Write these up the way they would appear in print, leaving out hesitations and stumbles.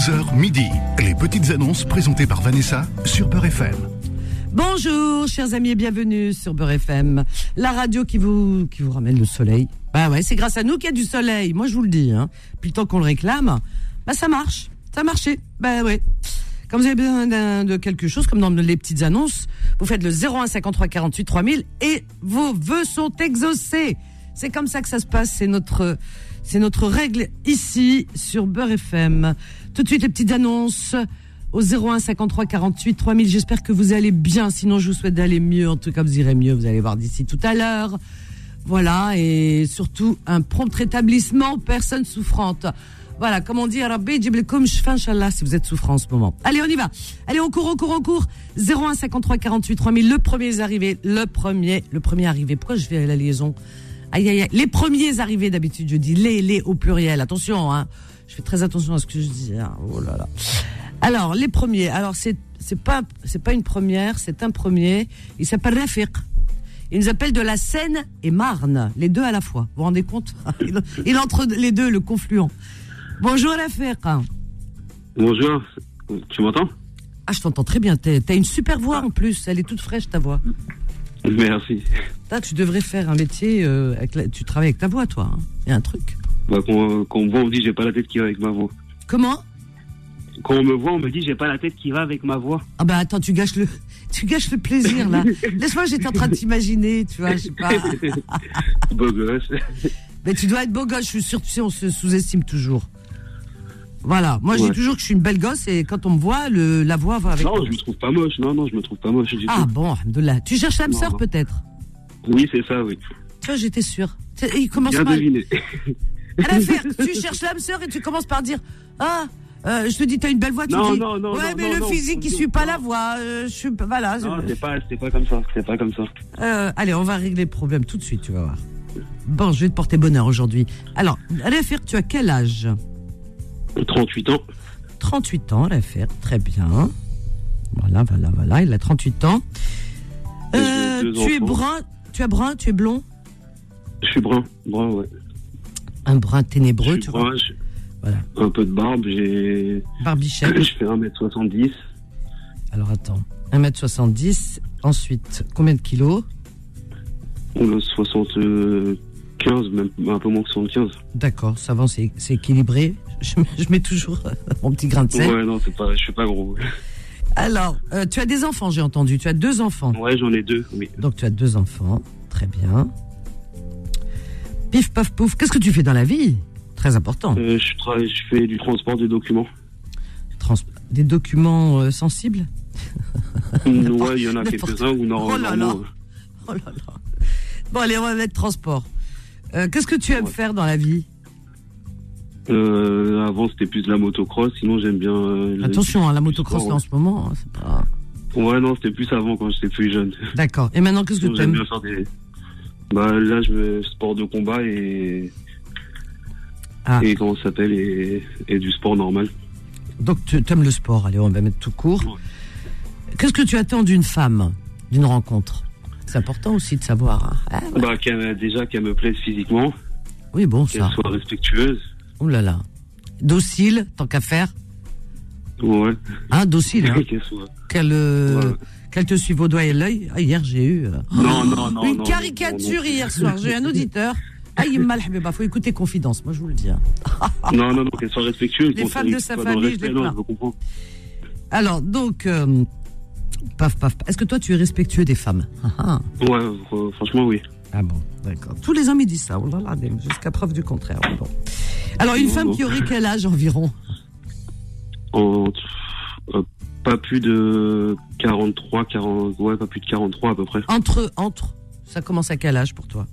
11h midi. Les petites annonces présentées par Vanessa sur Beurre FM. Bonjour, chers amis, et bienvenue sur Beurre FM, la radio qui vous ramène le soleil. Bah ouais, c'est grâce à nous qu'il y a du soleil. Moi, je vous le dis, hein. Puis le temps qu'on le réclame, bah ça marche. Ça a marché. Bah ouais. Quand vous avez besoin de quelque chose, comme dans les petites annonces, vous faites le 01 53 48 3000 et vos vœux sont exaucés. C'est comme ça que ça se passe. C'est notre règle ici sur Beurre FM. Tout de suite, les petites annonces au 01 53 48 3000. J'espère que vous allez bien. Sinon, je vous souhaite d'aller mieux. En tout cas, vous irez mieux. Vous allez voir d'ici tout à l'heure. Voilà. Et surtout, un prompt rétablissement aux personnes souffrantes. Voilà, comme on dit, Rabbi Jib Lekoum Shfa Inch'Allah, si vous êtes souffrant en ce moment. Allez, on y va. Allez, on court. 01 53 48 3000. Le premier arrivé. Pourquoi je fais la liaison? Aïe. Les premiers arrivés, d'habitude, je dis les au pluriel. Attention, hein. Je fais très attention à ce que je dis, hein. Oh là là. Alors, les premiers. Alors, c'est pas une première, c'est un premier. Il s'appelle Rafiq. Il nous appelle de la Seine-et-Marne. Les deux à la fois. Vous vous rendez compte? Il entre les deux, le confluent. Bonjour Rafiq. Bonjour. Tu m'entends? Ah, je t'entends très bien. T'as une super voix en plus. Elle est toute fraîche, ta voix. Merci. Là, tu devrais faire un métier. Tu travailles avec ta voix, toi. Hein. Il y a un truc. Bah, quand on me voit, on me dit j'ai pas la tête qui va avec ma voix. Comment? Quand on me voit, on me dit j'ai pas la tête qui va avec ma voix. Ah bah attends, tu gâches le plaisir là. Laisse-moi, j'étais en train de t'imaginer, tu vois, je sais pas. Beau gosse. Mais tu dois être beau gosse, je suis sûr, tu sais, on se sous-estime toujours. Voilà, moi je dis toujours que je suis une belle gosse et quand on me voit, la voix va avec. Non, je me trouve pas moche. Non, je me trouve pas moche du tout. Ah bon, alhamdoulilah. Tu cherches l'âme sœur peut-être? Oui, c'est ça, oui. Tu vois, j'étais sûre. Il commence bien mal. deviné. Tu cherches l'âme sœur et tu commences par dire je te dis, t'as une belle voix, tu dis. Non. Ouais, mais le physique, il suit pas la voix. Voilà. Non, c'est pas comme ça. C'est pas comme ça. Allez, on va régler le problème tout de suite, tu vas voir. Bon, je vais te porter bonheur aujourd'hui. Alors, Rafiq, tu as quel âge? 38 ans. 38 ans, Rafiq, très bien. Voilà, il a 38 ans. Tu es brun, tu es blond? Je suis brun, ouais. Un brun ténébreux, tu vois. Voilà. Un peu de barbe, j'ai... Barbichette. Je fais 1m70. Alors attends, 1m70, ensuite, combien de kilos? 75, même un peu moins que 75. D'accord, ça va, c'est équilibré. Je mets toujours mon petit grain de sel. Ouais, non, je suis pas gros. Alors, tu as des enfants, j'ai entendu. Tu as 2 enfants. Ouais, j'en ai 2, oui. Donc tu as 2 enfants, très bien. Pif, paf, pouf. Qu'est-ce que tu fais dans la vie? Très important. Je fais du transport de documents. Des documents sensibles? Ouais, il y en a quelques-uns où normalement... Oh là là. Bon, allez, on va mettre transport. Qu'est-ce que tu aimes faire dans la vie? Avant, c'était plus de la motocross. Sinon, j'aime bien... Attention, la motocross, là, en ce moment, c'est pas... Ouais, non, c'était plus avant, quand j'étais plus jeune. D'accord. Et maintenant, qu'est-ce que tu aimes? J'aime bien faire des... Bah, là, je fais sport de combat et comment ça s'appelle, et du sport normal. Donc, tu aimes le sport. Allez, on va mettre tout court. Ouais. Qu'est-ce que tu attends d'une femme, d'une rencontre? C'est important aussi de savoir. Hein. Bah, qu'elle me plaise physiquement. Oui, bon, qu'elle soit respectueuse. Oh là là. Docile, tant qu'à faire. Ouais. Hein, docile. Hein. Qu'elle te suive au doigt et l'œil. Ah, hier, j'ai eu une caricature hier soir. J'ai eu un auditeur. Il faut écouter Confidence, moi je vous le dis. Hein. Non, qu'elle soit respectueuse. Les femmes de sa famille, je les plains. Alors, donc, paf. Est-ce que toi, tu es respectueux des femmes? Ouais, franchement, oui. Ah bon, d'accord. Tous les hommes, ils disent ça. Oh là là, jusqu'à preuve du contraire. Bon. Alors, une femme qui aurait quel âge environ? Pas plus de 43, 40, ouais, pas plus de 43 à peu près. Entre, ça commence à quel âge pour toi?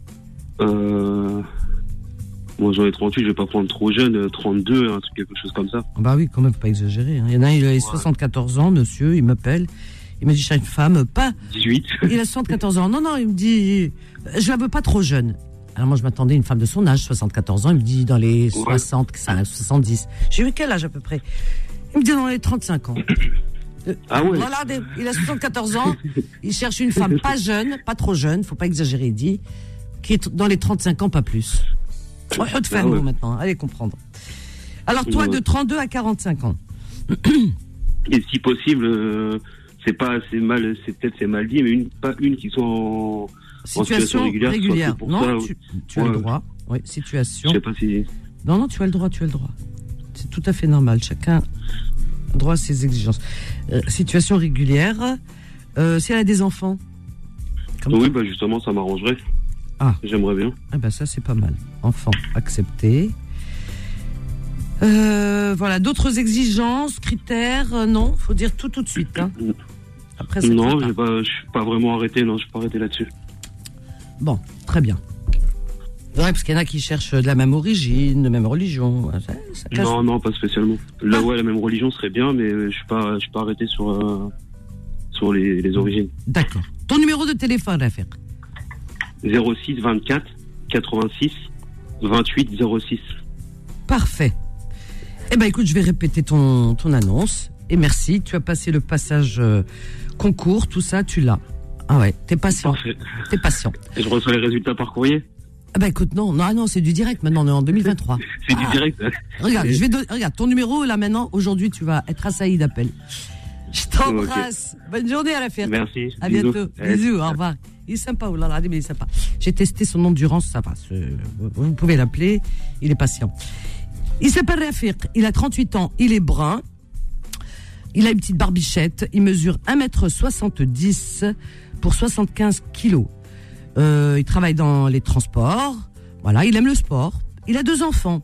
Moi j'en ai 38, je vais pas prendre trop jeune, 32, un truc, quelque chose comme ça. Bah oui, quand même, pas exagérer. Hein. Il y en a, il a 74 ans, monsieur, il m'appelle. Il m'a dit, j'ai une femme, pas... 18. Il a 74 ans. Non, il me dit, je la veux pas trop jeune. Alors moi, je m'attendais à une femme de son âge, 74 ans. Il me dit, dans les 60, 70. J'ai eu quel âge à peu près? Il me dit, dans les 35 ans. Ah ouais. Voilà, il a 74 ans. Il cherche une femme pas jeune, pas trop jeune, faut pas exagérer, il dit, qui est dans les 35 ans, pas plus. On va te faire maintenant, allez comprendre. Alors toi, de 32 à 45 ans. Et si possible, c'est peut-être mal dit, mais pas une qui soit en situation régulière. Non, tu as le droit. Oui, situation. Je sais pas si. Non, tu as le droit. C'est tout à fait normal. Chacun a droit à ses exigences. Situation régulière. Si elle a des enfants. Oui, justement, ça m'arrangerait. Ah. J'aimerais bien. Ah ça c'est pas mal. Enfant accepté. Voilà, d'autres exigences, critères, non, faut dire tout de suite. Hein. Après, non, je suis pas vraiment arrêté, non, je suis pas arrêté là-dessus. Bon, très bien. Ouais, parce qu'il y en a qui cherchent de la même origine, de même religion. Ça casse. Non, pas spécialement. Là, la même religion serait bien, mais je suis pas arrêté sur les origines. D'accord. Ton numéro de téléphone, Rafik? 06 24 86 28 06. Parfait. Eh ben, écoute, je vais répéter ton annonce. Et merci. Tu as passé le passage concours, tout ça, tu l'as. Ah ouais, t'es patient. Parfait. T'es patient. Et je reçois les résultats par courrier? Ah bah écoute, non, c'est du direct maintenant, on est en 2023. C'est du direct. Regarde, regarde, ton numéro là maintenant, aujourd'hui tu vas être assailli d'appels. Je t'embrasse. Okay. Bonne journée à la fête. Merci. À bientôt. Bisous, au revoir. Il est sympa, mais il est sympa. J'ai testé son endurance, ça va. Vous pouvez l'appeler, il est patient. Il s'appelle Rafik, il a 38 ans, il est brun. Il a une petite barbichette, il mesure 1m70 pour 75 kilos. Il travaille dans les transports. Voilà, il aime le sport. Il a 2 enfants.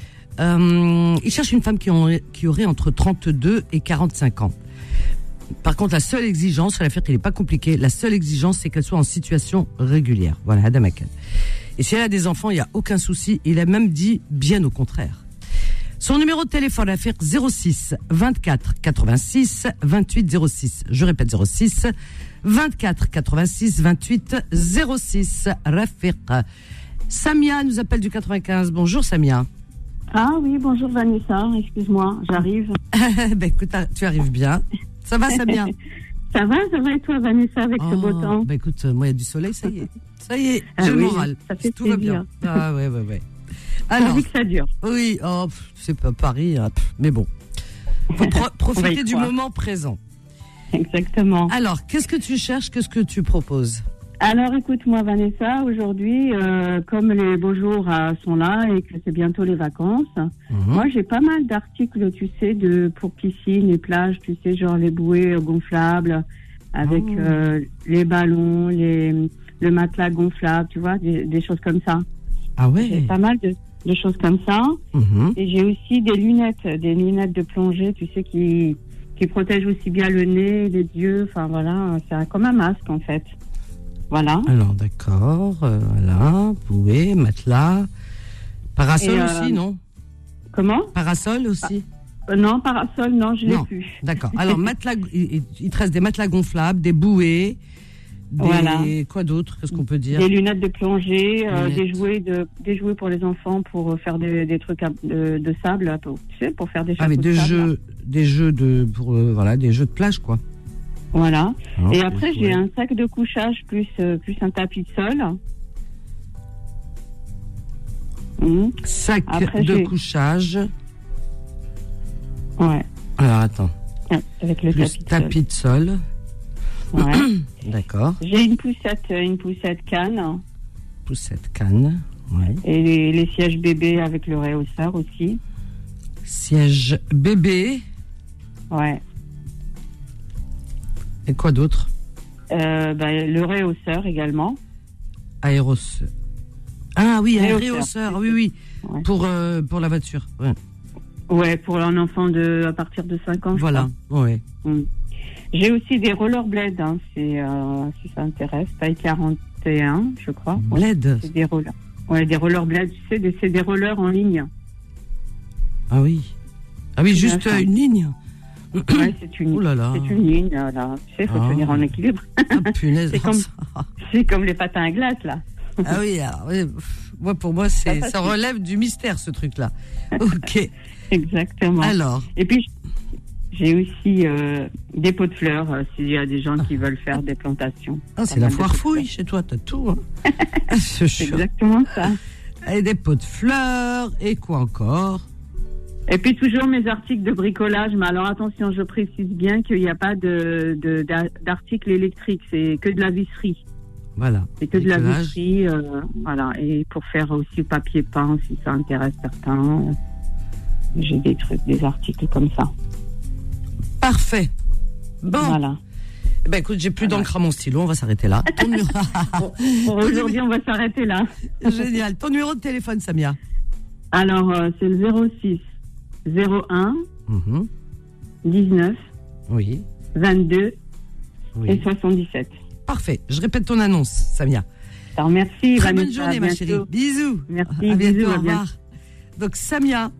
Il cherche une femme qui aurait entre 32 et 45 ans. Par contre, la seule exigence, il n'est pas compliqué, la seule exigence, c'est qu'elle soit en situation régulière. Voilà, Adam Akel. Et si elle a des enfants, il n'y a aucun souci. Il a même dit bien au contraire. Son numéro de téléphone à faire 06 24 86 28 06. Je répète 06 24 86 28 06. Rafik. Samia nous appelle du 95. Bonjour Samia. Ah oui, bonjour Vanessa. Excuse-moi, j'arrive. Écoute, tu arrives bien. Ça va Samia? Ça va et toi Vanessa avec ce beau temps? Écoute, moi il y a du soleil, ça y est, j'ai le moral. Ça fait tout plaisir. Va bien. Ah ouais. Alors, envie que ça dure. Oui, c'est pas Paris, mais bon. Faut profiter du moment présent. Exactement. Alors, qu'est-ce que tu cherches? Qu'est-ce que tu proposes? Alors, écoute-moi, Vanessa, aujourd'hui, comme les beaux jours sont là et que c'est bientôt les vacances, moi, j'ai pas mal d'articles, tu sais, pour piscine et plage, tu sais, genre les bouées gonflables, avec les ballons, le matelas gonflable, tu vois, des choses comme ça. Ah ouais? J'ai pas mal de choses comme ça. Et j'ai aussi des lunettes de plongée, tu sais, qui protègent aussi bien le nez, les yeux, enfin voilà, c'est comme un masque en fait. Voilà. Alors d'accord, voilà, bouée, matelas, parasol aussi, non? Comment? Parasol aussi? Non, parasol, non, je l'ai plus. D'accord. Alors matelas, il te reste des matelas gonflables, des bouées, quoi d'autre? Qu'est-ce qu'on peut dire? Des lunettes de plongée, des jouets pour les enfants pour faire des trucs de sable, tu sais, pour faire des châteaux de sable. Des jeux de plage quoi. Voilà. Et après, j'ai un sac de couchage plus un tapis de sol. Sac de couchage. Ouais. Alors, attends. Avec le tapis de sol. Ouais. D'accord. J'ai une poussette canne. Poussette canne, ouais. Et les sièges bébés avec le réhausseur aussi. Siège bébé. Ouais. Et quoi d'autre? Le réhausseur également. Aéroseur. Ah oui, un réhausseur, oui. Ouais. Pour la voiture. Ouais. Ouais, pour un enfant à partir de 5 ans. Voilà, ouais. J'ai aussi des rollerblades, si ça intéresse. Taille 41, je crois. Blade. Ouais, c'est des rollers. Ouais, des rollerblades, tu sais, c'est des rollers en ligne. Ah oui. Ah oui, juste une ligne. Ouais, c'est une ligne, là. Tu sais, il faut tenir en équilibre. Ah, punaise. c'est comme les patins à glace, là. Ah oui, alors, oui. Pour moi, ça relève du mystère, ce truc-là. Ok. Exactement. Alors. Et puis, j'ai aussi des pots de fleurs, s'il y a des gens qui veulent faire des plantations. Ah, c'est la foire fouille chez toi, t'as tout. Hein. C'est exactement ça. Et des pots de fleurs, et quoi encore? Et puis toujours mes articles de bricolage, mais alors attention, je précise bien qu'il n'y a pas d'articles électriques, c'est que de la visserie. Voilà. C'est que de la visserie, voilà. Et pour faire aussi papier peint, si ça intéresse certains, j'ai des articles comme ça. Parfait. Bon. Voilà. Ben écoute, j'ai plus d'encre à mon stylo, on va s'arrêter là. Pour aujourd'hui, on va s'arrêter là. Génial. Ton numéro de téléphone, Samia? Alors, c'est le 06 01 19 oui. 22 et 77. Parfait. Je répète ton annonce, Samia. Alors, merci. Très bonne journée, ma chérie. Bisous. Merci. À bientôt. Bisous, au revoir. Donc, Samia,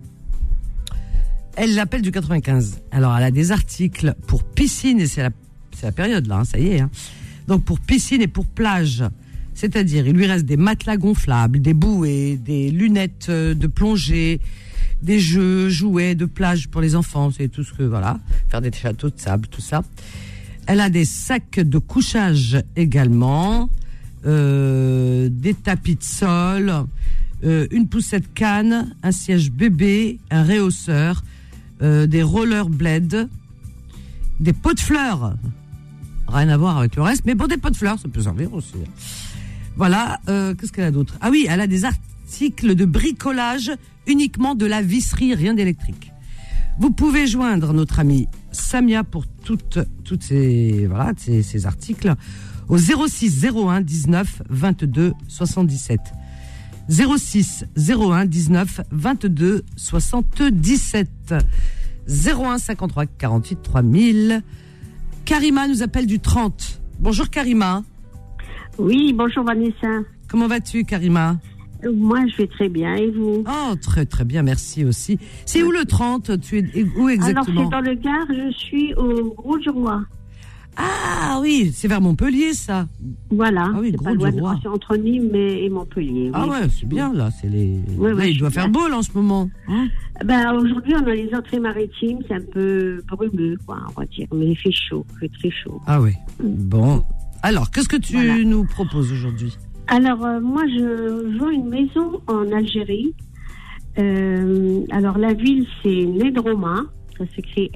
elle l'appelle du 95. Alors, elle a des articles pour piscine, et c'est la période là, hein, ça y est. Hein. Donc, pour piscine et pour plage. C'est-à-dire, il lui reste des matelas gonflables, des bouées, des lunettes de plongée, des jouets de plage pour les enfants, c'est tout ce que, voilà, faire des châteaux de sable, tout ça. Elle a des sacs de couchage également, des tapis de sol, une poussette canne, un siège bébé, un réhausseur, des rollerblades, des pots de fleurs. Rien à voir avec le reste, mais bon, des pots de fleurs, ça peut servir aussi. Voilà, qu'est-ce qu'elle a d'autre? Ah oui, elle a des articles de bricolage, uniquement de la visserie, rien d'électrique. Vous pouvez joindre notre amie Samia pour toutes ces articles au 06 01 19 22 77. 06 01 19 22 77. 01 53 48 3000. Karima nous appelle du 30. Bonjour Karima. Oui, bonjour Vanessa. Comment vas-tu Karima? Moi, je vais très bien, et vous? Oh, très très bien, merci aussi. C'est où le 30? Tu es où exactement? Alors, c'est dans le Gard, je suis au Gros-du-Roi. Ah oui, c'est vers Montpellier, ça. Voilà, ah, oui, c'est pas loin, c'est entre Nîmes et Montpellier. Ah oui, ouais, c'est bien, là. Là, il doit faire beau, là, en ce moment. Hein? Aujourd'hui, on a les entrées maritimes, c'est un peu brumeux, quoi, on va dire. Mais il fait chaud, il fait très chaud. Ah oui, bon. Alors, qu'est-ce que tu nous proposes aujourd'hui? Alors, moi, je vends une maison en Algérie. Alors, la ville, c'est Nedroma. Ça s'écrit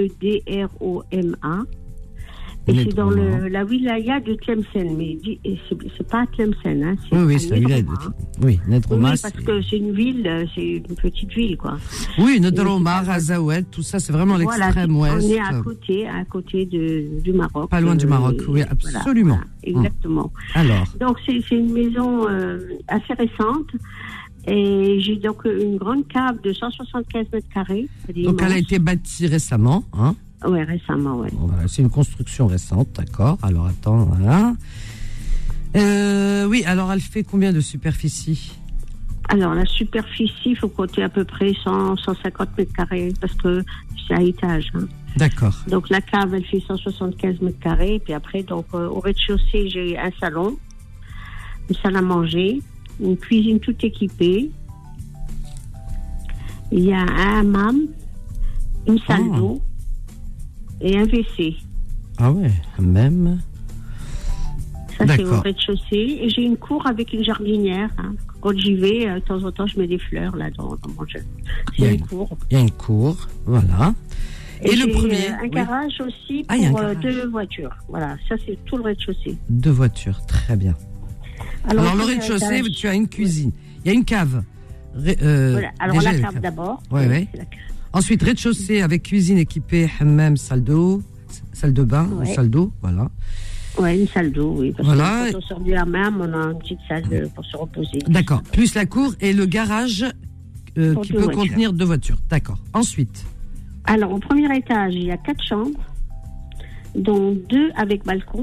Nedroma. Et c'est dans la wilaya de Tlemcen. Mais c'est pas Tlemcen, hein. Oui, c'est la wilaya de Nedroma. Oui, parce que c'est une ville, c'est une petite ville, quoi. Oui, Nedroma, Razaoued, tout ça, c'est vraiment l'extrême ouest. On est à côté du Maroc. Pas loin du Maroc, oui, absolument. Voilà, exactement. Alors. Donc, c'est une maison assez récente. Et j'ai donc une grande cave de 175 mètres carrés. Donc, elle a été bâtie récemment, hein? Oui, récemment, oui. Bon, voilà, c'est une construction récente, d'accord. Alors, attends, voilà. Oui, alors, elle fait combien de superficie? Alors, la superficie, il faut compter à peu près 150 mètres carrés, parce que c'est à étage. Hein. D'accord. Donc, la cave, elle fait 175 mètres carrés. Et puis après, donc, au rez-de-chaussée, j'ai un salon, une salle à manger, une cuisine toute équipée. Il y a un hammam, une salle d'eau et un WC. Ah ouais, même. Ça, c'est au rez-de-chaussée. Et j'ai une cour avec une jardinière. Hein. Quand j'y vais, de temps en temps, je mets des fleurs là dans mon jeu. C'est une cour. Il y a une cour, voilà. Et le premier un garage aussi pour deux voitures. Voilà, ça, c'est tout le rez-de-chaussée. Deux voitures, très bien. Alors le rez-de-chaussée, tu as une cuisine. Il y a une cave. Voilà. Alors la cave d'abord. Oui. Ensuite, rez-de-chaussée avec cuisine équipée, hammam, salle d'eau, salle de bain, salle d'eau, voilà. Oui, une salle d'eau, oui. Parce que quand on sort du hammam, on a une petite salle pour se reposer. D'accord. Plus la cour et le garage qui peut contenir deux voitures. D'accord. Ensuite. Alors, au premier étage, il y a 4 chambres, dont 2 avec balcon.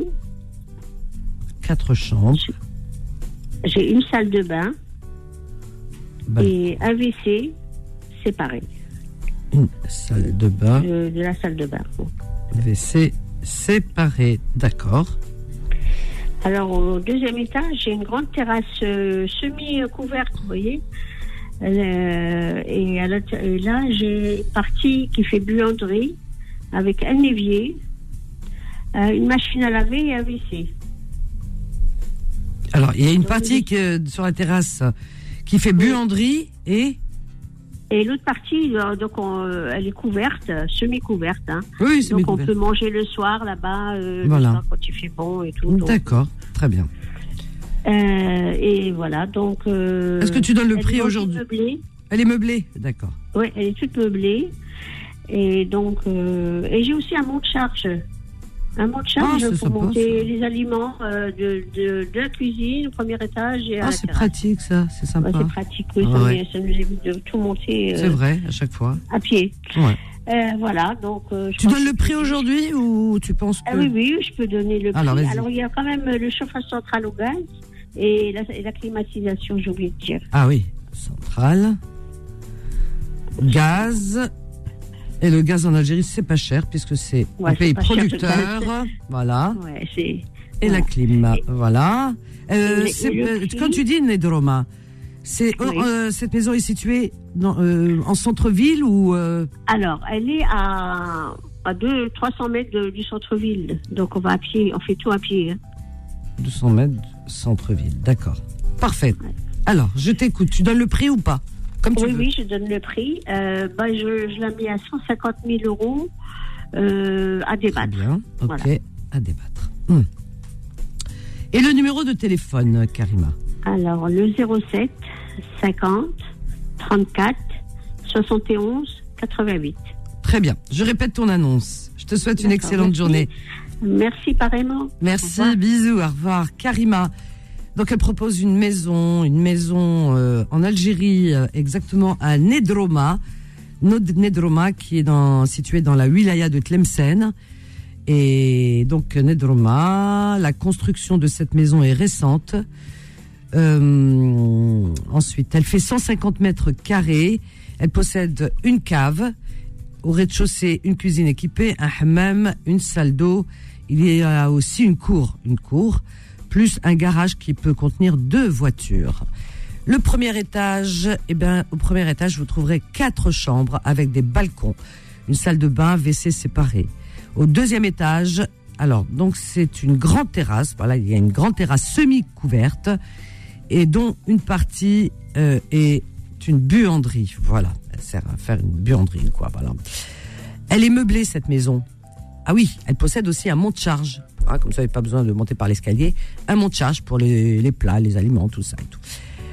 4 chambres. J'ai une salle de bain et un WC séparé. Une salle de bain. De la salle de bain. WC séparé, d'accord. Alors, au deuxième étage, j'ai une grande terrasse semi-couverte, vous voyez. Et là, j'ai une partie qui fait buanderie avec un évier, une machine à laver et un WC. Alors, il y a une partie sur la terrasse qui fait buanderie et Et l'autre partie, donc, elle est couverte, semi-couverte. Hein. Oui, donc, on peut manger le soir là-bas, voilà. le soir quand il fait bon et tout. D'accord, très bien. Et voilà, donc... Est-ce que tu donnes le prix aujourd'hui? Elle est meublée, d'accord. Oui, elle est toute meublée. Et donc... et j'ai aussi un monte-charge. Un monte-charge pour monter les aliments de la cuisine au premier étage. Et à c'est pratique, ça, c'est sympa. Ouais, c'est pratique, oui, ça nous évite de tout monter. C'est vrai, à chaque fois. À pied. Ouais. Voilà, donc... tu donnes le prix aujourd'hui ou tu penses que... Oui, je peux donner le prix. Alors, il y a quand même le chauffage central au gaz et la climatisation, j'ai oublié de dire. Ah oui, centrale, gaz... Et le gaz en Algérie, c'est pas cher puisque c'est un pays producteur. Voilà. Ouais, et la clim, voilà. Quand tu dis Nedroma, cette maison est située en centre-ville ou Alors, elle est à 300 mètres du centre-ville. Donc, on va à pied, on fait tout à pied. Hein. 200 mètres centre-ville, d'accord. Parfait. Ouais. Alors, je t'écoute. Tu donnes le prix ou pas? Oui, je donne le prix. Je l'ai mis à 150 000 euros à débattre. Très bien, ok, voilà. À débattre. Et le numéro de téléphone, Karima? Alors, le 07 50 34 71 88. Très bien, je répète ton annonce. Je te souhaite une excellente journée. Merci pareillement. Merci, bisous, au revoir. Karima. Donc elle propose une maison en Algérie, exactement à Nedroma, qui est située dans la wilaya de Tlemcen. Et donc Nedroma, la construction de cette maison est récente. Ensuite, elle fait 150 mètres carrés. Elle possède une cave, au rez-de-chaussée une cuisine équipée, un hammam, une salle d'eau. Il y a aussi une cour. Plus un garage qui peut contenir 2 voitures. Le premier étage, au premier étage, vous trouverez 4 chambres avec des balcons, une salle de bain, WC séparés. Au deuxième étage, donc c'est une grande terrasse. Voilà, il y a une grande terrasse semi-couverte et dont une partie est une buanderie. Voilà, elle sert à faire une buanderie, quoi. Voilà. Elle est meublée, cette maison. Ah oui, elle possède aussi un monte-charge. Comme ça, vous n'avez pas besoin de monter par l'escalier. Un monte-charge pour les plats, les aliments, tout ça et tout.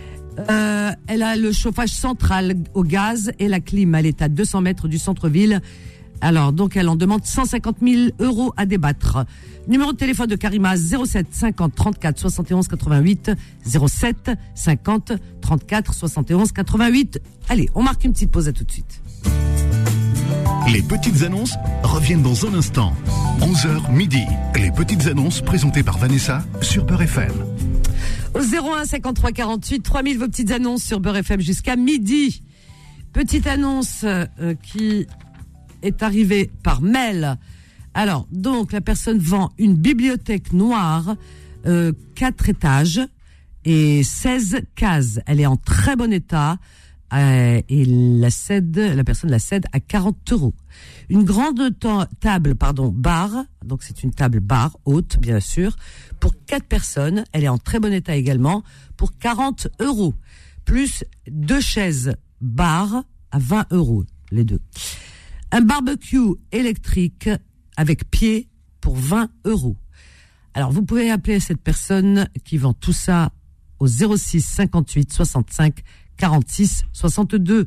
Elle a le chauffage central au gaz et la clim. Elle est à 200 mètres du centre-ville. Alors, donc, elle en demande 150 000 euros à débattre. Numéro de téléphone de Karima, 07 50 34 71 88. 07 50 34 71 88. Allez, on marque une petite pause, à tout de suite. Les petites annonces reviennent dans un instant. 11h midi. Les petites annonces présentées par Vanessa sur Beurre FM. Au 01 53 48 3000, vos petites annonces sur Beurre FM jusqu'à midi. Petite annonce qui est arrivée par mail. Alors, donc, la personne vend une bibliothèque noire, 4 étages et 16 cases. Elle est en très bon état. Et la personne la cède à 40 euros. Une grande bar, donc c'est une table bar haute, bien sûr, pour 4 personnes. Elle est en très bon état également, pour 40 euros. Plus 2 chaises bar à 20 euros, les 2. Un barbecue électrique avec pied pour 20 euros. Alors, vous pouvez appeler cette personne qui vend tout ça au 06 58 65 46 62.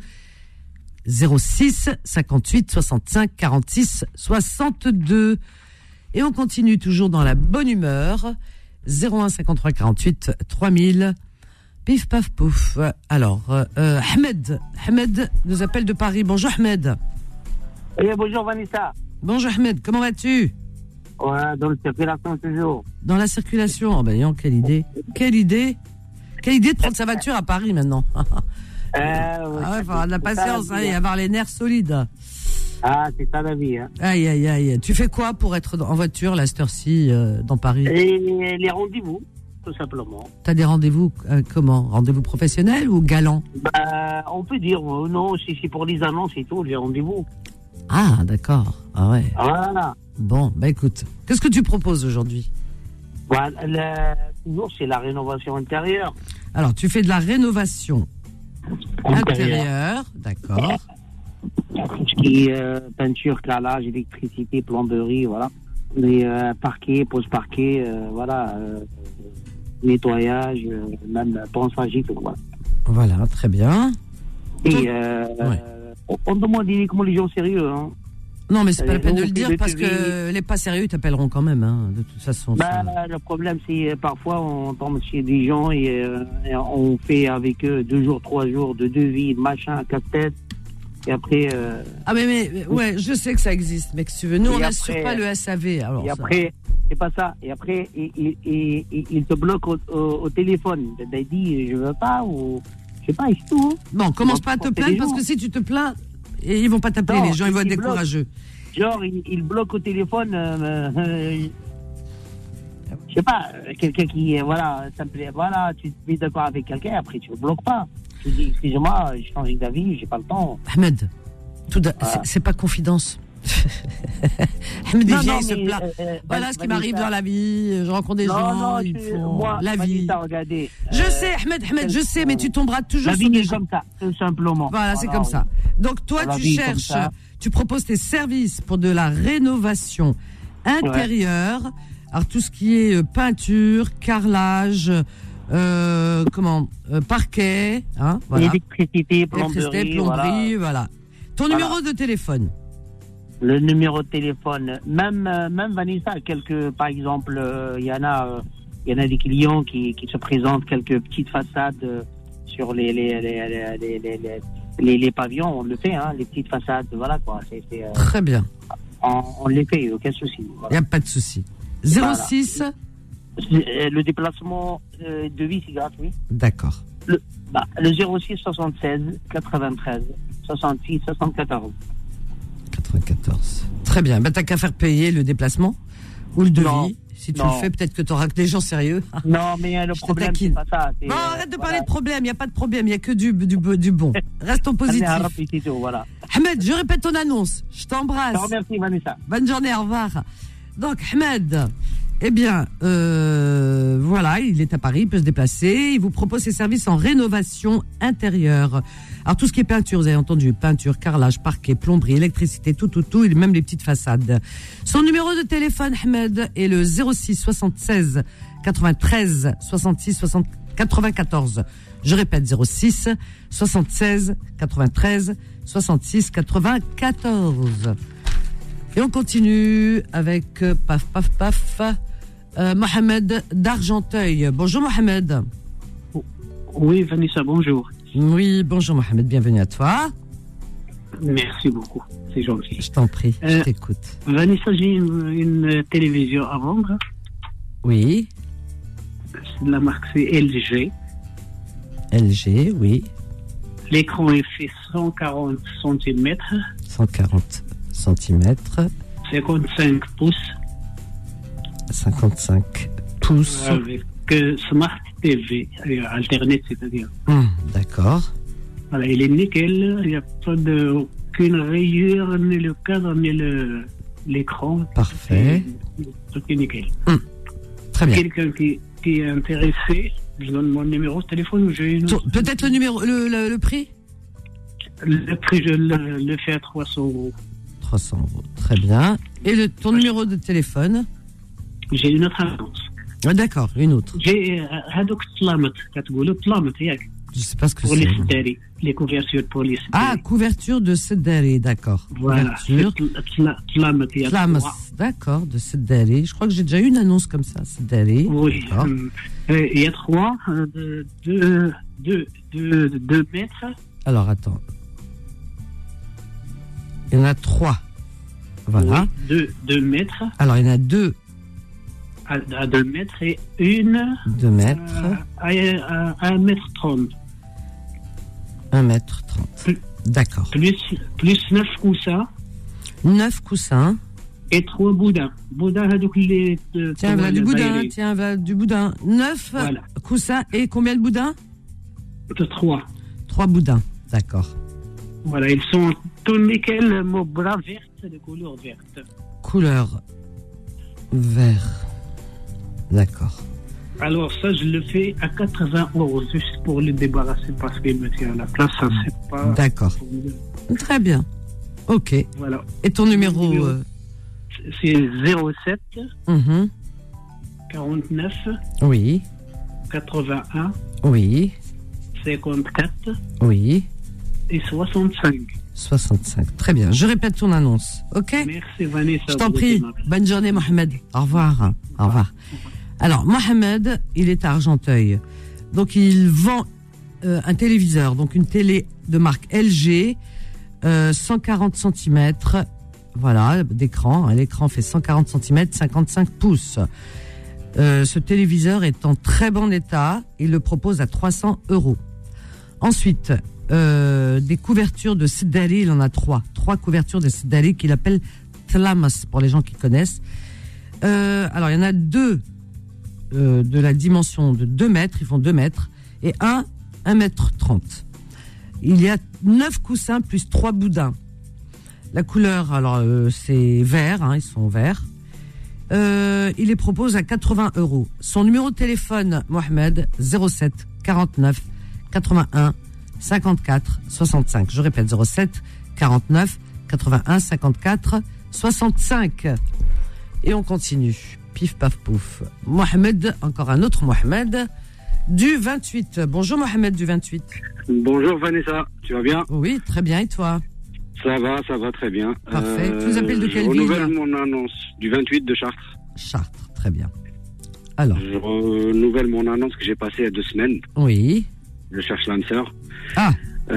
06 58 65 46 62. Et on continue toujours dans la bonne humeur. 01 53 48 3000. Pif paf pouf. Alors, Ahmed nous appelle de Paris. Bonjour Ahmed. Oui, bonjour Vanessa. Bonjour Ahmed, comment vas-tu? Ouais, dans la circulation toujours. Dans la circulation, oh ben, quelle idée. Quelle idée de prendre sa voiture à Paris maintenant. Ouais, faut avoir de la patience, il y avoir les nerfs solides. Ah, c'est ça la vie. Hein. Aïe. Tu fais quoi pour être en voiture, là, cette heure-ci, dans Paris? Et les rendez-vous, tout simplement. T'as des rendez-vous, comment? Rendez-vous professionnels ou galants? On peut dire, non, si c'est pour les annonces et tout, les rendez-vous. Ah, d'accord. Ah ouais. Voilà. Bon, écoute, qu'est-ce que tu proposes aujourd'hui? Toujours, c'est la rénovation intérieure. Alors, tu fais de la rénovation Intérieur, d'accord. Tout ce qui est peinture, carrelage, électricité, plomberie, voilà. Les parquets, pose-parquet, voilà. Nettoyage, même ponçage et tout, voilà. Voilà, très bien. Et on demande uniquement les gens sérieux, hein. Non, mais c'est pas la peine de le dire parce que les pas sérieux, ils t'appelleront quand même, hein, de toute façon. Le problème, c'est parfois on tombe chez des gens et on fait avec eux 2 jours, 3 jours de devis, machin, casse-tête. Et après. Ah, mais ouais, je sais que ça existe, mais que tu veux. Nous, on n'assure pas le SAV. Alors, et après, c'est pas ça. Et après, il te bloque au téléphone. Il dit, je veux pas, ou. Je sais pas, c'est tout. Hein. Bon, commence pas à te plaindre parce que si tu te plains, et ils vont pas t'appeler, les gens, ils vont être décourageux. Genre, il bloque au téléphone, je sais pas, quelqu'un qui, voilà, voilà, tu te mets d'accord avec quelqu'un, après tu le bloques pas. Tu dis, excusez-moi, j'ai changé d'avis, j'ai pas le temps. Ahmed, c'est pas confidence. Ahmed, il se plaint. Voilà ce qui m'arrive dans la vie, je rencontre des gens, ils font la vie. Je sais, Ahmed, je sais, mais tu tomberas toujours sur des gens. Comme ça, tout simplement. Voilà, c'est comme ça. Donc toi, tu cherches, tu proposes tes services pour de la rénovation intérieure. Ouais. Alors tout ce qui est peinture, carrelage, parquet, hein, voilà. Électricité, plomberie, voilà. Ton numéro de téléphone. Le numéro de téléphone, même Vanessa, par exemple, il y en a des clients qui se présentent quelques petites façades sur les pavillons, on le fait, hein, les petites façades, voilà quoi. Très bien. On les fait, aucun souci. Il n'y a pas de souci. 06 Le déplacement de vie, c'est gratuit. D'accord. Le 06 76 93 66 74. 94. Très bien. T'as qu'à faire payer le déplacement ou le devis. Si tu le fais, peut-être que tu auras des gens sérieux. Non, mais le problème, c'est pas ça. Non, arrête de parler de problème. Il n'y a pas de problème. Il n'y a que du bon. Restons positifs. Voilà. Ahmed, je répète ton annonce. Je t'embrasse. Je te remercie, Vanessa. Bonne journée, au revoir. Donc, Ahmed, eh bien, voilà, il est à Paris, il peut se déplacer. Il vous propose ses services en rénovation intérieure. Alors, tout ce qui est peinture, vous avez entendu, peinture, carrelage, parquet, plomberie, électricité, tout, et même les petites façades. Son numéro de téléphone, Ahmed, est le 06 76 93 66 94. Je répète, 06 76 93 66 94. Et on continue avec Mohamed d'Argenteuil. Bonjour Mohamed. Oui, Vanessa, bonjour. Oui, bonjour Mohamed, bienvenue à toi. Merci beaucoup, c'est gentil. Je t'en prie, je t'écoute. Vanessa, j'ai une télévision à vendre. Oui. La marque c'est LG. LG, oui. L'écran est fait 140 cm. 140 cm. 55 pouces. 55 pouces. Avec Smart TV, Internet, c'est-à-dire. D'accord. Voilà, il est nickel. Il n'y a pas aucune rayure, ni le cadre, ni l'écran. Parfait. Tout est nickel. Très bien. Quelqu'un qui est intéressé, je donne mon numéro de téléphone. Peut-être le numéro, le prix. Le prix, je le fais à 300 €. 300 €, très bien. Et ton numéro de téléphone? J'ai une autre annonce. Ah, d'accord, une autre. J'ai هذوك الطلامط كتقولوا الطلامط ياك. Je sais pas ce que pour c'est. Les Sedari, les couvertures pour les Sedari. Ah, couverture de Sedari, d'accord. Voilà. Tlamat, d'accord, de Sedari. Je crois que j'ai déjà eu une annonce comme ça, Sedari. Oui. Il y a 3, 2 mètres. Alors, attends. Il y en a 3. Voilà. Oui, 2 mètres. Alors, il y en a 2. À 2 mètres et une. 2 mètres. À 1 mètre 30. 1 mètre 30. D'accord. Plus 9 coussins. 9 coussins. Et 3 boudins. Tiens, voilà du boudin. 9 voilà. Coussins et combien de boudins? 3. 3 boudins, d'accord. Voilà, ils sont tout nickel, bras verte, de couleur verte. Couleur vert. D'accord. Alors ça, je le fais à 80 €, juste pour le débarrasser, parce qu'il me tient à la place, ça c'est pas... D'accord. Très bien. Ok. Voilà. Et ton numéro C'est 07 49 Oui. 81 Oui. 54 Oui. et 65. 65. Très bien. Je répète ton annonce. Ok? Merci Vanessa. Je t'en prie. Bonne journée, Mohamed. Au revoir. Au revoir. Alors, Mohamed, il est à Argenteuil. Donc, il vend un téléviseur, donc une télé de marque LG, 140 cm, voilà, d'écran. L'écran fait 140 cm, 55 pouces. Ce téléviseur est en très bon état. Il le propose à 300 €. Ensuite, des couvertures de Sidari, il en a 3 couvertures de Sidari qu'il appelle Tlamas, pour les gens qui connaissent. Alors, il y en a 2 de la dimension de 2 mètres, ils font 2 mètres, et 1 mètre 30. Il y a 9 coussins plus 3 boudins. La couleur, alors c'est vert, ils sont verts. Il les propose à 80 €. Son numéro de téléphone, Mohamed, 07 49 81 54 65. Je répète, 07 49 81 54 65. Et on continue. Pif, paf, pouf. Mohamed, encore un autre Mohamed, du 28. Bonjour Mohamed du 28. Bonjour Vanessa, tu vas bien? Oui, très bien, et toi? Ça va très bien. Parfait. Tu nous appelles de quelle ville? Je renouvelle mon annonce du 28 de Chartres. Chartres, très bien. Alors. Je renouvelle mon annonce que j'ai passée il y a 2 semaines. Oui. Je cherche l'âme sœur. Ah.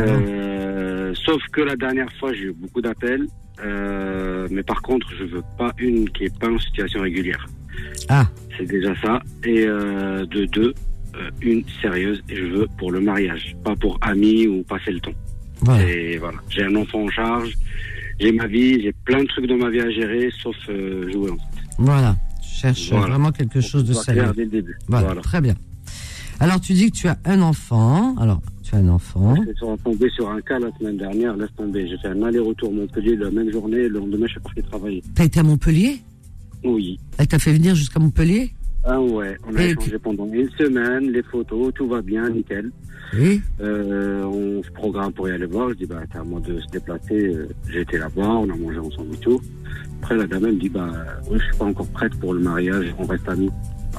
Sauf que la dernière fois, j'ai eu beaucoup d'appels. Mais par contre, je veux pas une qui est pas en situation régulière. Ah. C'est déjà ça. Et de 2, une sérieuse. Et je veux pour le mariage, pas pour amis ou passer le temps. Voilà. Et voilà. J'ai un enfant en charge. J'ai ma vie. J'ai plein de trucs dans ma vie à gérer, sauf jouer en fait. Voilà. Tu cherches vraiment quelque chose de sérieux. Dès le début. Voilà. Très bien. Alors, tu dis que tu as un enfant. Alors, tu as un enfant. Je suis tombé sur un cas la semaine dernière. Laisse tomber. J'ai fait un aller-retour Montpellier la même journée. Le lendemain, je suis parti travailler. T'as été à Montpellier? Oui. Elle t'a fait venir jusqu'à Montpellier? Ah ouais. On a échangé pendant une semaine. Les photos, tout va bien, nickel. Oui. On se programme pour y aller voir. Je dis, c'est à moi de se déplacer. J'ai été là-bas. On a mangé ensemble et tout. Après, la dame, elle me dit, oui, je suis pas encore prête pour le mariage. On reste amis.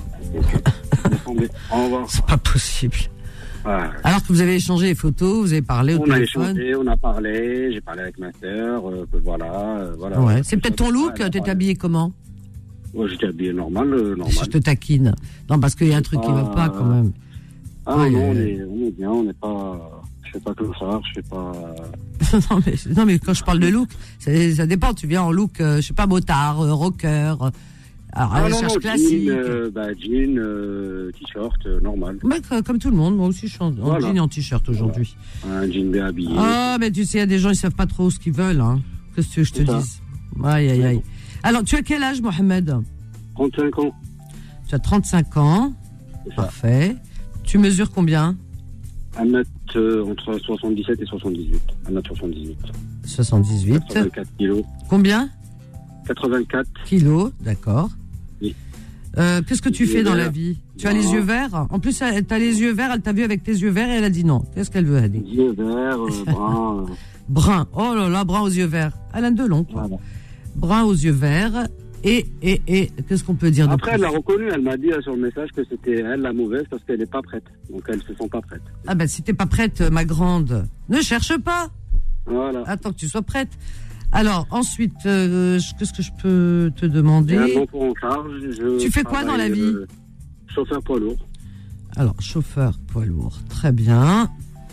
Au revoir. C'est pas possible. Ah. Alors que vous avez échangé les photos, vous avez parlé au téléphone. On a échangé, on a parlé, j'ai parlé avec ma sœur, voilà. Ouais. C'est peut-être ton look, t'es habillé comment? Ouais, j'étais habillé normal. Je te taquine. Non, parce qu'il y a un truc qui va pas quand même. Ah ouais, non, on est bien, on n'est pas... Je fais pas clochard, je fais pas... non, mais quand je parle de look, ça dépend. Tu viens en look, je sais pas, motard, rocker... Alors, elle cherche classique. Jean, t-shirt, normal. Comme tout le monde, moi aussi je suis en jean et en t-shirt aujourd'hui. Voilà. Un jean bien habillé. Ah, mais tu sais, il y a des gens, ils savent pas trop ce qu'ils veulent. Hein. Qu'est-ce que je te dise? Aïe, aïe, aïe. Alors, tu as quel âge, Mohamed? 35 ans. Tu as 35 ans. Parfait. Tu mesures combien? 1 mètre entre 77 et 78. 1 mètre 78. 78. 84 kilos. Combien? 84 kilos, d'accord. Oui. Qu'est-ce que tu fais dans la vie? Tu as les yeux verts? En plus, elle t'a les yeux verts, elle t'a vu avec tes yeux verts et elle a dit non. Qu'est-ce qu'elle veut, elle dit? Yeux verts, brun. Brun, oh là là, brun aux yeux verts. Alain Delon, quoi. Voilà. Brun aux yeux verts. Et qu'est-ce qu'on peut dire de Après, plus? elle l'a reconnu, elle m'a dit sur le message que c'était elle la mauvaise parce qu'elle n'est pas prête. Donc elle se sent pas prête. Ah si t'es pas prête, ma grande, ne cherche pas. Voilà. Attends que tu sois prête. Alors, ensuite, qu'est-ce que je peux te demander? Un enfant en charge. Tu fais quoi dans la vie? Chauffeur poids lourd. Alors, chauffeur poids lourd, très bien.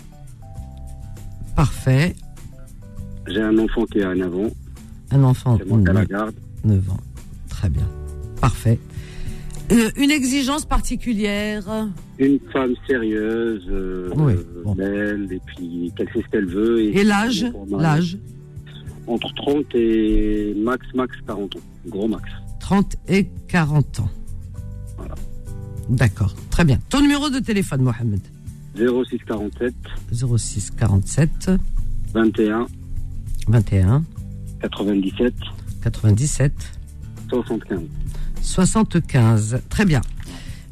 Parfait. J'ai un enfant qui a 9 ans. Un enfant qui est à la garde. 9 ans, très bien. Parfait. Une exigence particulière? Une femme sérieuse, belle, et puis qu'elle sait ce qu'elle veut. Et l'âge? L'âge? Entre 30 et max 40 ans. Gros max. 30 et 40 ans. Voilà. D'accord, très bien. Ton numéro de téléphone, Mohamed? 06 47. 06 47. 21. 21. 97. 97. 75. 75. Très bien.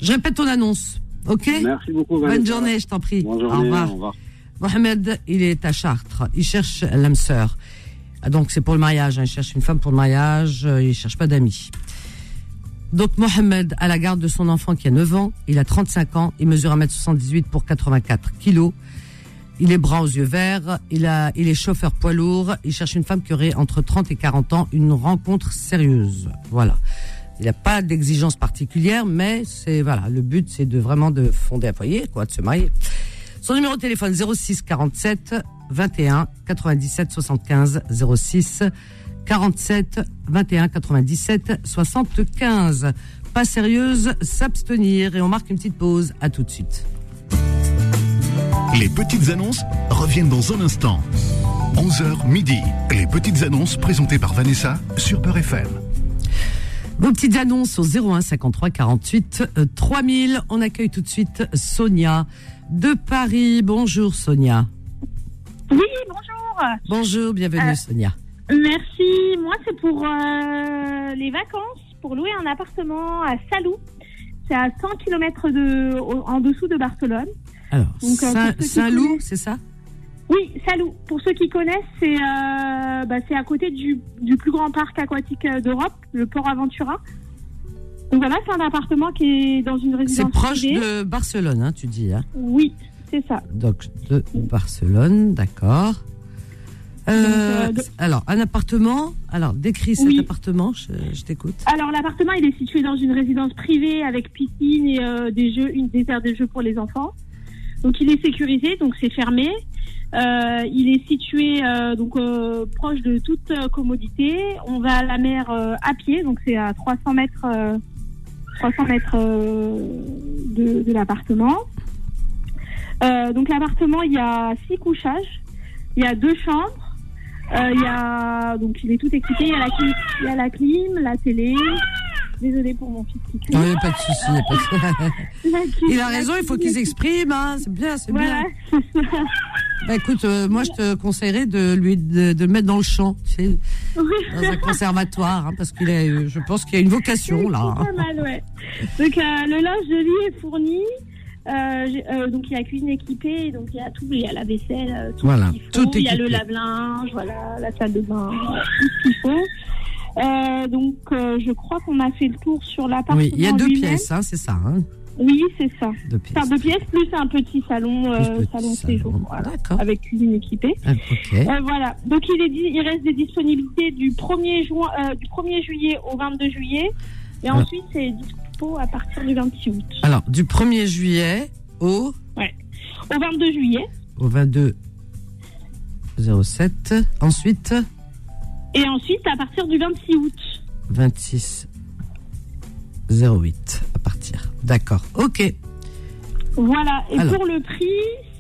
Je répète ton annonce, ok? Merci beaucoup, Vanessa. Bonne journée, je t'en prie. Bonne journée, au revoir. Mohamed, il est à Chartres. Il cherche l'âme sœur. Donc, c'est pour le mariage. Il cherche une femme pour le mariage. Il cherche pas d'amis. Donc, Mohamed a la garde de son enfant qui a 9 ans. Il a 35 ans. Il mesure 1m78 pour 84 kilos. Il est brun aux yeux verts. Il est chauffeur poids lourd. Il cherche une femme qui aurait entre 30 et 40 ans. Une rencontre sérieuse. Voilà. Il n'a pas d'exigence particulière, mais le but, c'est vraiment de fonder un foyer, de se marier. Son numéro de téléphone 06 47 21 97 75 06 47 21 97 75. Pas sérieuse, s'abstenir. Et on marque une petite pause. À tout de suite. Les petites annonces reviennent dans un instant. 11h midi. Les petites annonces présentées par Vanessa sur Beurre FM. Vos petites annonces au 01 53 48 3000. On accueille tout de suite Sonia de Paris. Bonjour Sonia. Oui, bonjour. Bonjour, bienvenue Sonia. Merci. Moi, c'est pour les vacances, pour louer un appartement à Salou. C'est à 100 km en dessous de Barcelone. Alors, Saint-Loup, c'est ça? Oui, Salou. Pour ceux qui connaissent, c'est à côté du plus grand parc aquatique d'Europe, le Port Aventura. Donc voilà, c'est un appartement qui est dans une résidence privée. C'est proche privée. de Barcelone, hein, tu dis. Hein. Oui, c'est ça. Donc, de Barcelone, d'accord. Alors, un appartement. Alors, décris cet appartement, je t'écoute. Alors, l'appartement, il est situé dans une résidence privée avec piscine et une aire de jeux pour les enfants. Donc, il est sécurisé, donc c'est fermé. Il est situé proche de toute commodité. On va à la mer à pied, donc c'est à 300 mètres de l'appartement. Donc l'appartement, il y a 6 couchages, il y a 2 chambres, donc il est tout équipé. Il y a la clim, la télé. Désolée pour mon fils qui crie. Non, il n'y a pas de souci. Il a raison, il faut qu'il s'exprime. Hein. C'est bien, c'est bien. Bah, écoute, moi je te conseillerais de le mettre dans le champ, tu sais, dans un conservatoire, hein, parce je pense qu'il y a une vocation là. C'est pas mal, ouais. Donc le linge de lit est fourni. Donc il y a cuisine équipée, donc il y a tout, il y a la vaisselle, tout ce qu'il faut. Tout il y a le lave-linge, voilà, la salle de bain, tout ce qu'il faut. Donc je crois qu'on a fait le tour sur l'appartement. Oui, il y a 2 pièces, hein, c'est ça. Hein. Oui, c'est ça. 2 pièces. Enfin, 2 pièces plus un petit salon, séjour, voilà, avec cuisine équipée. Okay. Voilà. Donc il reste des disponibilités du 1er juillet au 22 juillet, et ensuite c'est dispo à partir du 26 août. Alors du 1er juillet au 22 juillet. Au 22 07. Ensuite. Et ensuite à partir du 26 août. 26 08 à partir. D'accord. Ok. Voilà. Et alors, pour le prix,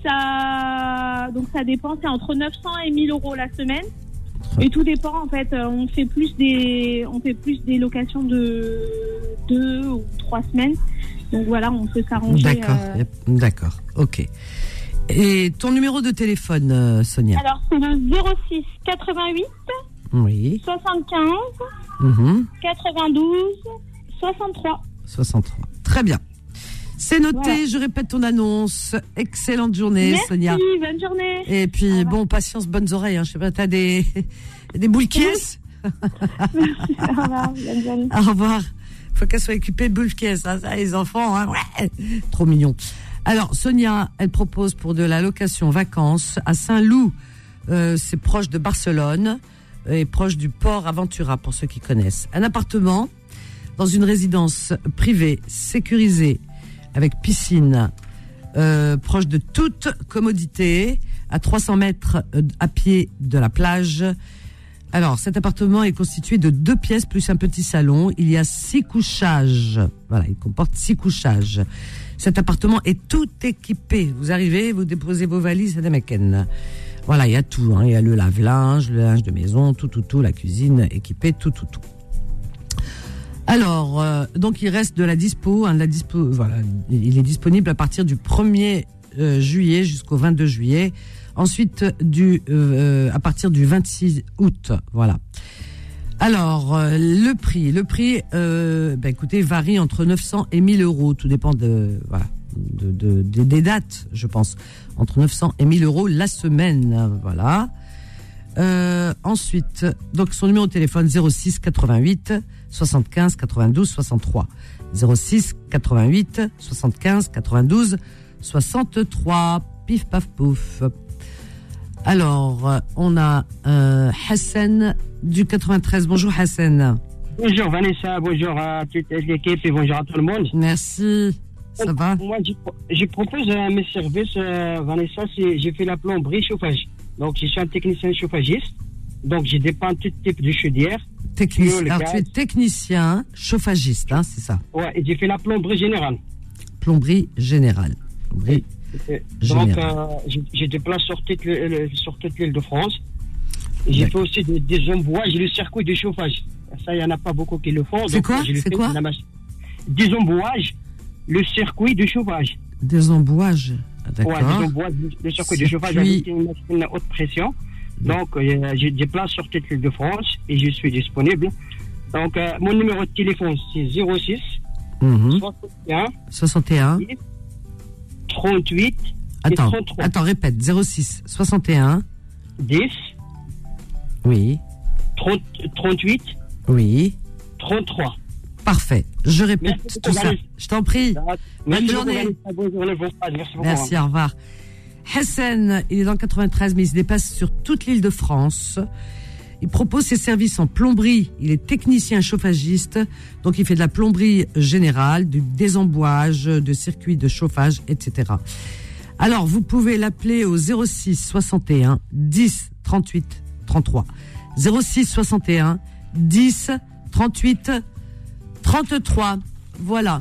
ça dépend. C'est entre 900 et 1000 euros la semaine. Et tout dépend en fait. On fait plus des locations de 2 ou 3 semaines. Donc voilà, on peut s'arranger. D'accord. Ok. Et ton numéro de téléphone, Sonia? Alors c'est le 06 88. Oui. 75. 92. 63. Très bien. C'est noté, voilà. Je répète ton annonce. Excellente journée, merci, Sonia. Bonne journée. Et puis, patience, bonnes oreilles. Hein. Je sais pas, t'as des boules caisses. Merci, au revoir. Bonne journée. Au revoir. Faut qu'elle soit équipée de boules caisses. Hein. Ça, les enfants, hein. Ouais. Trop mignon. Alors, Sonia, elle propose pour de la location vacances à Saint-Loup. C'est proche de Barcelone et proche du port Aventura, pour ceux qui connaissent. Un appartement dans une résidence privée, sécurisée, avec piscine, proche de toute commodité, à 300 mètres à pied de la plage. Alors, cet appartement est constitué de 2 pièces plus un petit salon. Il y a 6 couchages. Voilà, il comporte 6 couchages. Cet appartement est tout équipé. Vous arrivez, vous déposez vos valises à Damaken. Voilà, il y a tout. Hein. Il y a le lave-linge, le linge de maison, tout, la cuisine équipée, tout. Alors, donc il reste de la dispo, voilà, il est disponible à partir du 1er juillet jusqu'au 22 juillet. Ensuite, à partir du 26 août, voilà. Alors, le prix, écoutez, varie entre 900 et 1000 euros. Tout dépend des dates, je pense. Entre 900 et 1000 euros la semaine, voilà. Ensuite, donc son numéro de téléphone 06 88 75 92 63. 06 88 75 92 63. Pif paf pouf. Alors, on a Hassan du 93. Bonjour Hassan. Bonjour Vanessa, bonjour à toute l'équipe et bonjour à tout le monde. Merci. Ça va? Moi, je propose mes services, Vanessa, j'ai fait la plomberie chauffage. Donc, je suis un technicien chauffagiste. Donc, je dépends de tout type de chaudière. Alors, tu es technicien chauffagiste, hein, c'est ça? Ouais, et j'ai fait la plomberie générale. Plomberie générale. Plomberie générale. Donc, je déplace sur toute l'île de France. J'ai fait aussi des embouages et le circuit de chauffage. Ça, il n'y en a pas beaucoup qui le font. C'est quoi? Des embouages, le circuit de chauffage. Des embouages? D'accord. Ouais, des embouages, le circuit de chauffage avec une machine haute pression. Donc, je déplace sur toute l'île de France et je suis disponible. Donc, mon numéro de téléphone, c'est 06 61 10, 38 et 33. Attends, répète. 06 61 10. Oui. 38. Oui. 33. Parfait. Je répète tout ça. Je t'en prie. Bonne journée. Merci, au revoir. Hassan, il est dans le 93, mais il se déplace sur toute l'île de France. Il propose ses services en plomberie. Il est technicien chauffagiste. Donc, il fait de la plomberie générale, du désembouage, de circuits de chauffage, etc. Alors, vous pouvez l'appeler au 06 61 10 38 33. 06 61 10 38 33. Voilà.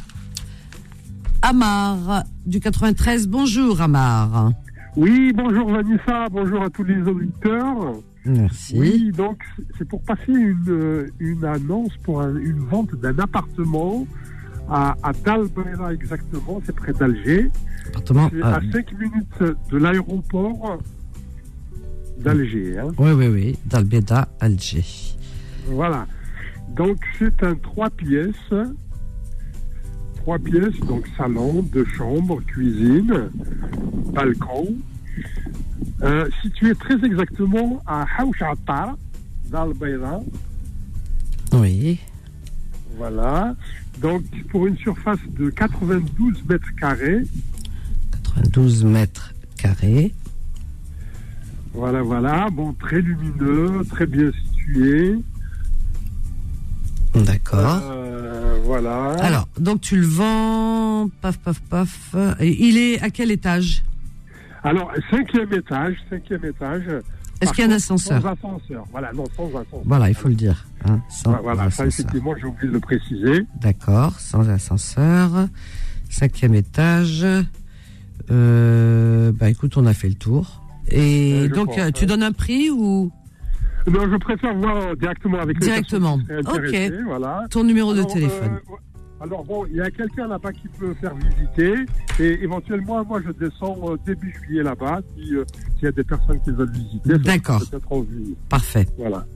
Amar du 93. Bonjour Amar. Oui, bonjour Vanessa, bonjour à tous les auditeurs. Merci. Oui, donc c'est pour passer une annonce pour une vente d'un appartement à Dalbera exactement, c'est près d'Alger. Appartement à 5 minutes de l'aéroport d'Alger. Hein. Oui, Dalbeda, Alger. Voilà. Donc c'est un 3 pièces. 3 pièces, donc salon, 2 chambres, cuisine, balcon. Situé très exactement à Haouchata, dans le Bayra. Oui. Voilà. Donc pour une surface de 92 mètres carrés. 92 mètres carrés. Voilà. Bon, très lumineux, très bien situé. D'accord. Voilà. Alors, donc tu le vends, paf. Il est à quel étage? Alors, 5e étage. Est-ce qu'il y a un ascenseur? Sans ascenseur. Voilà, non, sans ascenseur. Voilà, il faut le dire. Hein, sans voilà, ça effectivement, j'ai oublié de le préciser. D'accord, sans ascenseur. 5e étage. Écoute, on a fait le tour. Et donc, tu donnes un prix ou? Non, je préfère voir directement avec les directement. Ok. Voilà. Ton numéro de téléphone. Alors bon, il y a quelqu'un là-bas qui peut faire visiter et éventuellement, moi, je descends début juillet là-bas s'il y a des personnes qui veulent visiter. D'accord. Peut-être envie. Parfait. Voilà.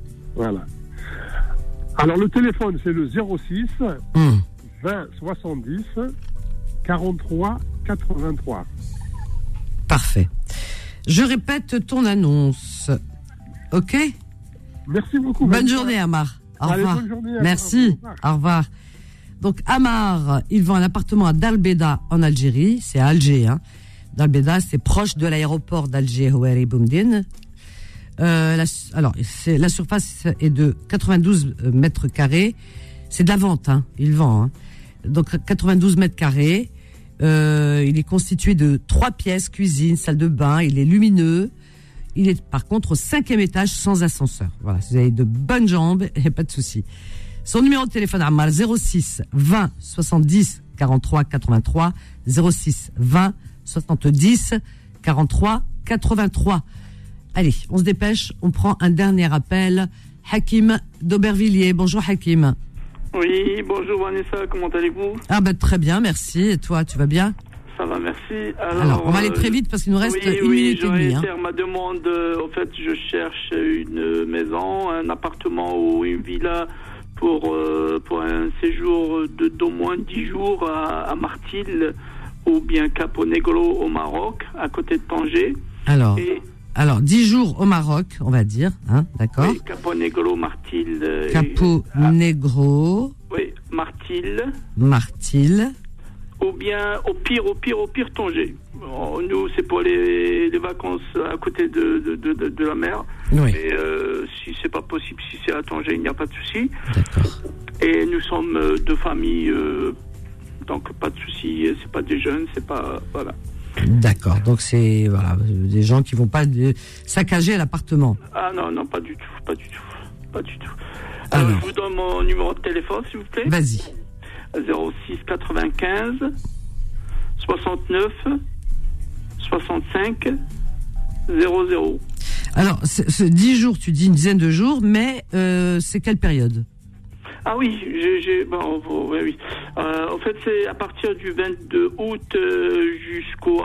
Alors le téléphone, c'est le 06 20 70 43 83. Parfait. Je répète ton annonce. Ok? Merci beaucoup. Bonne journée, Amar. Au revoir. Bonne journée, merci. Au revoir. Donc, Amar, il vend un appartement à Dalbeda, en Algérie. C'est à Alger, hein. Dalbeda, c'est proche de l'aéroport d'Alger, Houari Boumdine. La surface est de 92 mètres carrés. C'est de la vente, hein. Il vend, hein. Donc, 92 mètres carrés. Il est constitué de 3 pièces, cuisine, salle de bain. Il est lumineux. Il est par contre au 5e étage sans ascenseur. Voilà, si vous avez de bonnes jambes, il n'y a pas de souci. Son numéro de téléphone, Ammar, 06 20 70 43 83. 06 20 70 43 83. Allez, on se dépêche, on prend un dernier appel. Hakim d'Aubervilliers. Bonjour Hakim. Oui, bonjour Vanessa, comment allez-vous? Très bien, merci. Et toi, tu vas bien? ça va, merci. Alors on va aller très vite parce qu'il nous reste une minute et demie. Faire ma demande. En fait, je cherche une maison, un appartement ou une villa pour un séjour d'au moins 10 jours à Martil ou bien Caponegro au Maroc, à côté de Tanger. Alors 10 jours au Maroc, on va dire, hein, d'accord. Oui, Caponegro, Martil. Caponegro. Oui, Martil. Ou bien, au pire, Tanger. Nous, c'est pour les vacances à côté de la mer. Oui. Mais si c'est pas possible, si c'est à Tanger, il n'y a pas de souci. D'accord. Et nous sommes deux familles, donc pas de souci. C'est pas des jeunes, c'est pas voilà. D'accord. Donc c'est des gens qui vont pas saccager l'appartement. Ah non, pas du tout. Alors, je vous donne mon numéro de téléphone, s'il vous plaît. Vas-y. 06 95 69 65 00. Alors, ce 10 jours, tu dis une dizaine de jours, mais c'est quelle période? Ah oui, oui. En fait, c'est à partir du 22 août jusqu'au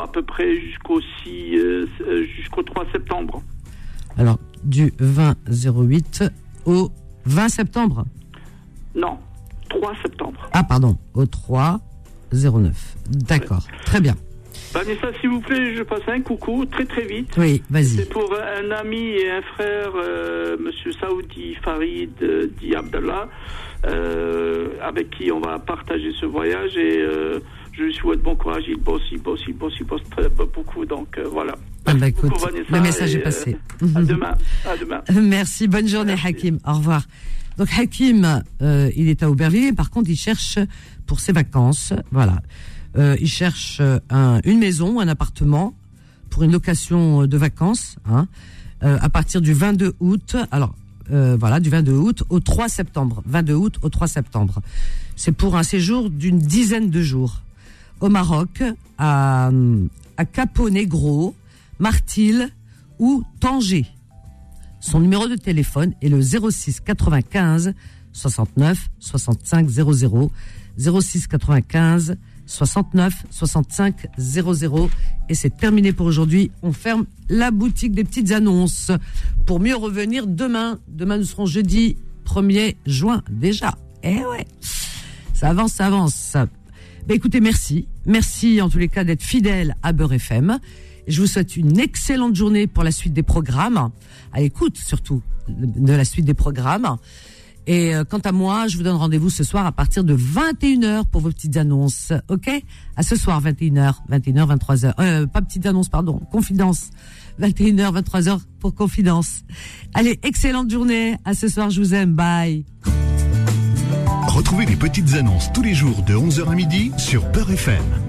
3 septembre. Alors, du 20-08 au 20 septembre? Non, 3 septembre. Ah, pardon, au 3-09. D'accord, ouais. Très bien. Vanessa, s'il vous plaît, je passe un coucou très très vite. Oui, vas-y. C'est pour un ami et un frère, Monsieur Saoudi Farid Di Abdallah, avec qui on va partager ce voyage et je lui souhaite bon courage. Il bosse très beaucoup, donc voilà. Ah bah écoute, le message est passé. À demain. Merci, bonne journée. Merci. Hakim, au revoir. Donc Hakim, il est à Aubervilliers, par contre il cherche pour ses vacances, voilà. Il cherche une maison, un appartement pour une location de vacances, hein, à partir du 22 août. Alors du 22 août au 3 septembre. 22 août au 3 septembre. C'est pour un séjour d'une dizaine de jours au Maroc, à Caponegro, Martil ou Tanger. Son numéro de téléphone est le 06 95 69 65 00. 06 95 69 65 00. Et c'est terminé pour aujourd'hui. On ferme la boutique des petites annonces pour mieux revenir demain. Demain, nous serons jeudi 1er juin déjà. Eh ouais, ça avance. Ben écoutez, merci en tous les cas d'être fidèles à Beurre FM. Je vous souhaite une excellente journée pour la suite des programmes, à l'écoute surtout de la suite des programmes. Et quant à moi, je vous donne rendez-vous ce soir à partir de 21h pour vos petites annonces, ok? À ce soir, 21h, 23h. Pas petites annonces, pardon, confidence. 21h, 23h pour confidence. Allez, excellente journée. À ce soir, je vous aime. Bye. Retrouvez les petites annonces tous les jours de 11h à midi sur Beurre FM.